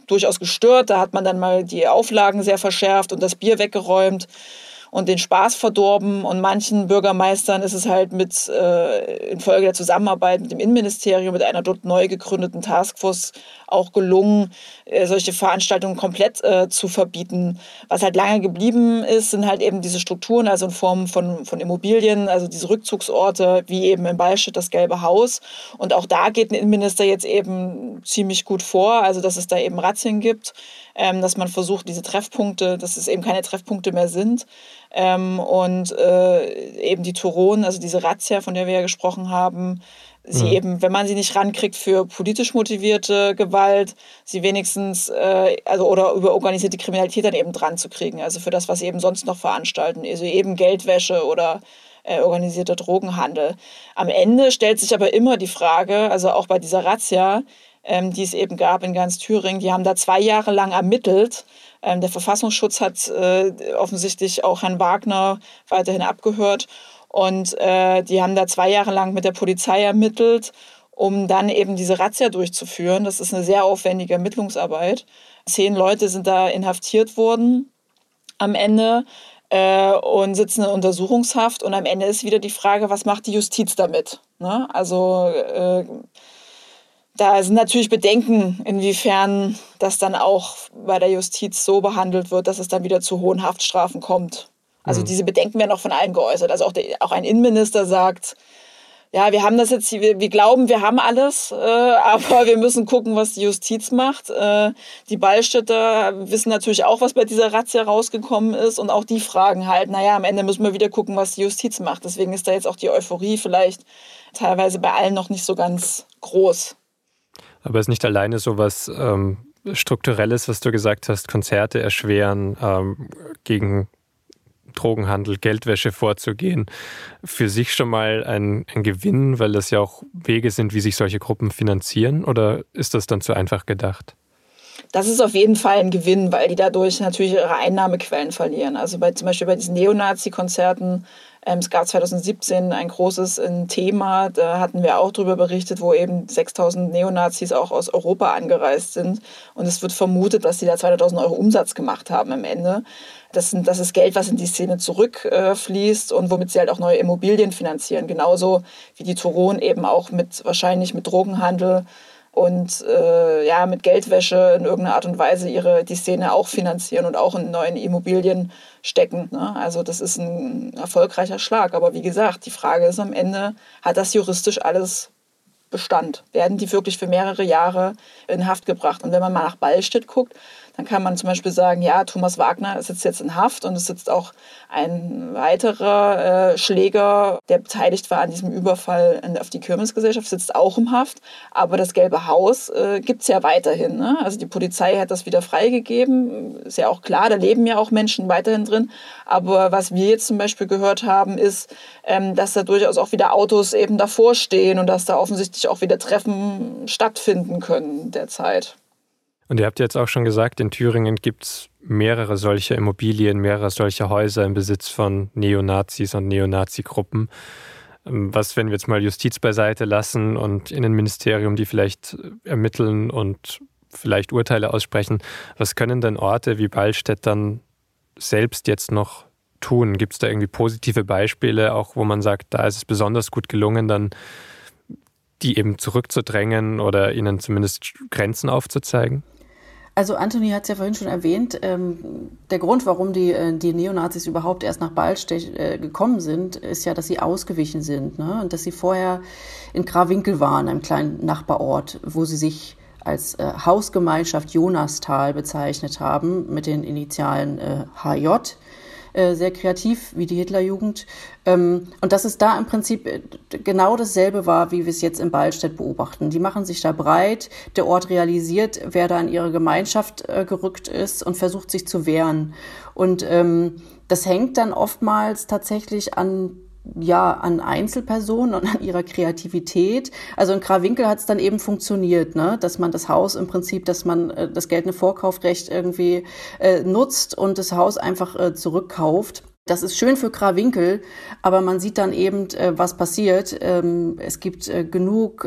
durchaus gestört. Da hat man dann mal die Auflagen sehr verschärft und das Bier weggeräumt und den Spaß verdorben. Und manchen Bürgermeistern ist es halt infolge der Zusammenarbeit mit dem Innenministerium, mit einer dort neu gegründeten Taskforce auch gelungen, solche Veranstaltungen komplett zu verbieten. Was halt lange geblieben ist, sind halt eben diese Strukturen, also in Form von Immobilien, also diese Rückzugsorte, wie eben in Ballstedt das Gelbe Haus. Und auch da geht ein Innenminister jetzt eben ziemlich gut vor, also dass es da eben Razzien gibt, dass man versucht, diese Treffpunkte, dass es eben keine Treffpunkte mehr sind. Und eben die Turon, also diese Razzia, von der wir ja gesprochen haben, sie eben, wenn man sie nicht rankriegt für politisch motivierte Gewalt, sie wenigstens, oder über organisierte Kriminalität dann eben dran zu kriegen, also für das, was sie eben sonst noch veranstalten, also eben Geldwäsche oder organisierter Drogenhandel. Am Ende stellt sich aber immer die Frage, also auch bei dieser Razzia, die es eben gab in ganz Thüringen, die haben da 2 Jahre lang ermittelt. Der Verfassungsschutz hat offensichtlich auch Herrn Wagner weiterhin abgehört. Und die haben da 2 Jahre lang mit der Polizei ermittelt, um dann eben diese Razzia durchzuführen. Das ist eine sehr aufwendige Ermittlungsarbeit. 10 Leute sind da inhaftiert worden am Ende und sitzen in Untersuchungshaft. Und am Ende ist wieder die Frage, was macht die Justiz damit? Ne? Also da sind natürlich Bedenken, inwiefern das dann auch bei der Justiz so behandelt wird, dass es dann wieder zu hohen Haftstrafen kommt. Also diese Bedenken werden auch von allen geäußert. Also auch ein Innenminister sagt, ja, wir haben das jetzt, wir glauben, wir haben alles, aber wir müssen gucken, was die Justiz macht. Die Ballstädter wissen natürlich auch, was bei dieser Razzia rausgekommen ist, und auch die fragen halt, naja, am Ende müssen wir wieder gucken, was die Justiz macht. Deswegen ist da jetzt auch die Euphorie vielleicht teilweise bei allen noch nicht so ganz groß. Aber es ist nicht alleine so was Strukturelles, was du gesagt hast, Konzerte erschweren, gegen Drogenhandel, Geldwäsche vorzugehen, für sich schon mal ein Gewinn, weil das ja auch Wege sind, wie sich solche Gruppen finanzieren, oder ist das dann zu einfach gedacht? Das ist auf jeden Fall ein Gewinn, weil die dadurch natürlich ihre Einnahmequellen verlieren. Also zum Beispiel bei diesen Neonazi-Konzerten, es gab 2017 ein großes Thema, da hatten wir auch darüber berichtet, wo eben 6.000 Neonazis auch aus Europa angereist sind. Und es wird vermutet, dass sie da 200.000 Euro Umsatz gemacht haben am Ende. Das ist Geld, was in die Szene zurückfließt und womit sie halt auch neue Immobilien finanzieren. Genauso wie die Turon eben auch wahrscheinlich mit Drogenhandel und mit Geldwäsche in irgendeiner Art und Weise die Szene auch finanzieren und auch in neuen Immobilien stecken. Ne? Also das ist ein erfolgreicher Schlag. Aber wie gesagt, die Frage ist am Ende, hat das juristisch alles Bestand? Werden die wirklich für mehrere Jahre in Haft gebracht? Und wenn man mal nach Ballstedt guckt, dann kann man zum Beispiel sagen, ja, Thomas Wagner sitzt jetzt in Haft und es sitzt auch ein weiterer Schläger, der beteiligt war an diesem Überfall auf die Kirmesgesellschaft, sitzt auch in Haft. Aber das Gelbe Haus gibt es ja weiterhin. Ne? Also die Polizei hat das wieder freigegeben. Ist ja auch klar, da leben ja auch Menschen weiterhin drin. Aber was wir jetzt zum Beispiel gehört haben, ist, dass da durchaus auch wieder Autos eben davor stehen und dass da offensichtlich auch wieder Treffen stattfinden können derzeit. Und ihr habt jetzt auch schon gesagt, in Thüringen gibt es mehrere solcher Immobilien, mehrere solcher Häuser im Besitz von Neonazis und Neonazi-Gruppen. Was, wenn wir jetzt mal Justiz beiseite lassen und Innenministerium, die vielleicht ermitteln und vielleicht Urteile aussprechen, was können denn Orte wie Ballstedt dann selbst jetzt noch tun? Gibt es da irgendwie positive Beispiele, auch wo man sagt, da ist es besonders gut gelungen, dann die eben zurückzudrängen oder ihnen zumindest Grenzen aufzuzeigen? Also Anthony hat es ja vorhin schon erwähnt, der Grund, warum die Neonazis überhaupt erst nach Ballstedt gekommen sind, ist ja, dass sie ausgewichen sind, ne? Und dass sie vorher in Krawinkel waren, einem kleinen Nachbarort, wo sie sich als Hausgemeinschaft Jonastal bezeichnet haben, mit den Initialen HJ. Sehr kreativ, wie die Hitlerjugend. Und dass es da im Prinzip genau dasselbe war, wie wir es jetzt in Ballstedt beobachten. Die machen sich da breit, der Ort realisiert, wer da in ihre Gemeinschaft gerückt ist und versucht sich zu wehren. Und das hängt dann oftmals tatsächlich an Einzelpersonen und an ihrer Kreativität. Also in Krawinkel hat es dann eben funktioniert, ne? Dass man das Haus im Prinzip, dass man das geltende Vorkaufsrecht irgendwie nutzt und das Haus einfach zurückkauft. Das ist schön für Krawinkel, aber man sieht dann eben, was passiert. Es gibt genug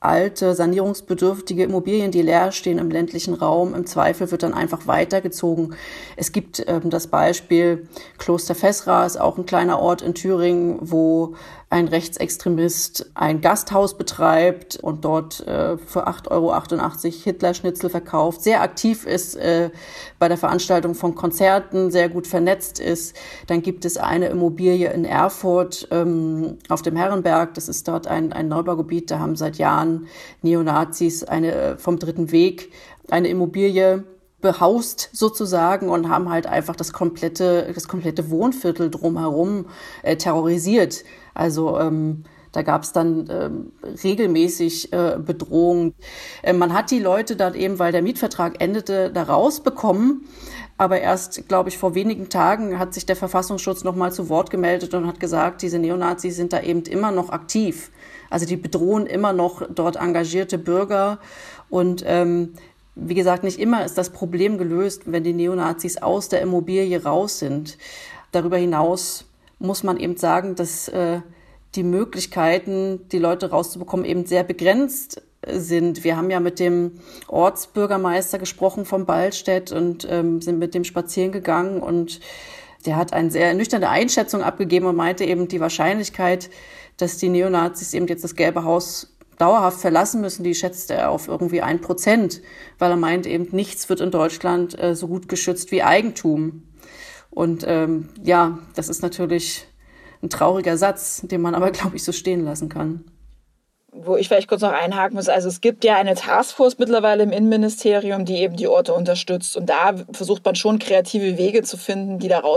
alte, sanierungsbedürftige Immobilien, die leer stehen im ländlichen Raum. Im Zweifel wird dann einfach weitergezogen. Es gibt das Beispiel Kloster Fessra, ist auch ein kleiner Ort in Thüringen, wo ein Rechtsextremist ein Gasthaus betreibt und dort für 8,88 € Hitlerschnitzel verkauft, sehr aktiv ist bei der Veranstaltung von Konzerten, sehr gut vernetzt ist. Dann gibt es eine Immobilie in Erfurt auf dem Herrenberg, das ist dort ein Neubaugebiet, da haben seit Jahren Neonazis vom Dritten Weg eine Immobilie behaust sozusagen und haben halt einfach das komplette Wohnviertel drumherum terrorisiert. Also da gab es dann regelmäßig Bedrohungen. Man hat die Leute dann eben, weil der Mietvertrag endete, da rausbekommen. Aber erst, glaube ich, vor wenigen Tagen hat sich der Verfassungsschutz noch mal zu Wort gemeldet und hat gesagt, diese Neonazis sind da eben immer noch aktiv. Also die bedrohen immer noch dort engagierte Bürger. Und wie gesagt, nicht immer ist das Problem gelöst, wenn die Neonazis aus der Immobilie raus sind. Darüber hinaus muss man eben sagen, dass die Möglichkeiten, die Leute rauszubekommen, eben sehr begrenzt sind. Wir haben ja mit dem Ortsbürgermeister gesprochen von Ballstedt und sind mit dem spazieren gegangen und der hat eine sehr nüchterne Einschätzung abgegeben und meinte eben, die Wahrscheinlichkeit, dass die Neonazis eben jetzt das Gelbe Haus dauerhaft verlassen müssen, die schätzt er auf irgendwie 1%, weil er meint eben, nichts wird in Deutschland so gut geschützt wie Eigentum. Und das ist natürlich ein trauriger Satz, den man aber, glaube ich, so stehen lassen kann. Wo ich vielleicht kurz noch einhaken muss, also es gibt ja eine Taskforce mittlerweile im Innenministerium, die eben die Orte unterstützt. Und da versucht man schon kreative Wege zu finden, die da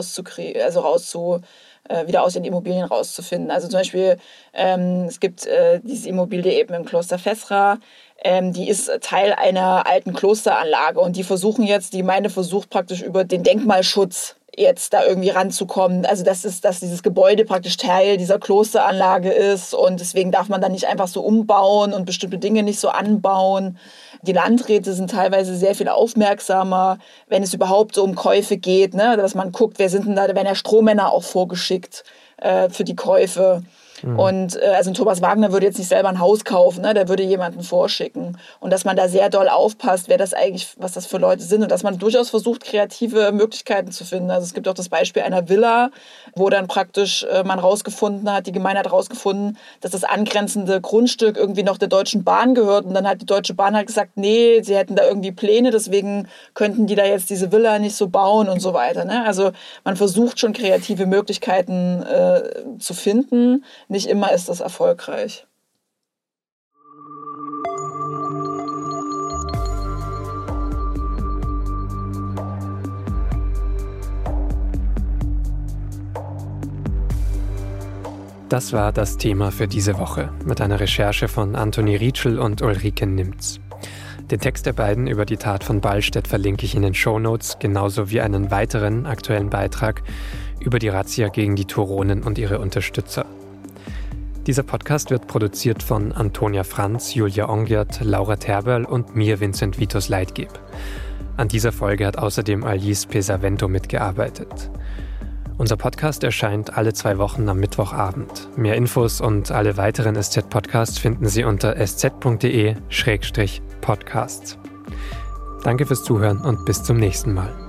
wieder aus den Immobilien rauszufinden. Also zum Beispiel, es gibt diese Immobilie eben im Kloster Fessra, die ist Teil einer alten Klosteranlage und die Gemeinde versucht praktisch über den Denkmalschutz jetzt da irgendwie ranzukommen. Also dass dieses Gebäude praktisch Teil dieser Klosteranlage ist und deswegen darf man da nicht einfach so umbauen und bestimmte Dinge nicht so anbauen. Die Landräte sind teilweise sehr viel aufmerksamer, wenn es überhaupt so um Käufe geht, ne? Dass man guckt, wer sind denn da, da werden ja Strohmänner auch vorgeschickt für die Käufe. Und also ein Thomas Wagner würde jetzt nicht selber ein Haus kaufen, ne? Der würde jemanden vorschicken. Und dass man da sehr doll aufpasst, was das für Leute sind und dass man durchaus versucht, kreative Möglichkeiten zu finden. Also es gibt auch das Beispiel einer Villa, wo dann praktisch die Gemeinde hat rausgefunden, dass das angrenzende Grundstück irgendwie noch der Deutschen Bahn gehört. Und dann hat die Deutsche Bahn halt gesagt, nee, sie hätten da irgendwie Pläne, deswegen könnten die da jetzt diese Villa nicht so bauen und so weiter. Ne? Also man versucht schon kreative Möglichkeiten zu finden. Nicht immer ist das erfolgreich. Das war das Thema für diese Woche mit einer Recherche von Antoni Rietschel und Ulrike Nimz. Den Text der beiden über die Tat von Ballstedt verlinke ich in den Shownotes, genauso wie einen weiteren aktuellen Beitrag über die Razzia gegen die Turonen und ihre Unterstützer. Dieser Podcast wird produziert von Antonia Franz, Julia Ongiert, Laura Terberl und mir, Vincent Vitus Leitgeb. An dieser Folge hat außerdem Alice Pesavento mitgearbeitet. Unser Podcast erscheint alle 2 Wochen am Mittwochabend. Mehr Infos und alle weiteren SZ-Podcasts finden Sie unter sz.de/podcasts. Danke fürs Zuhören und bis zum nächsten Mal.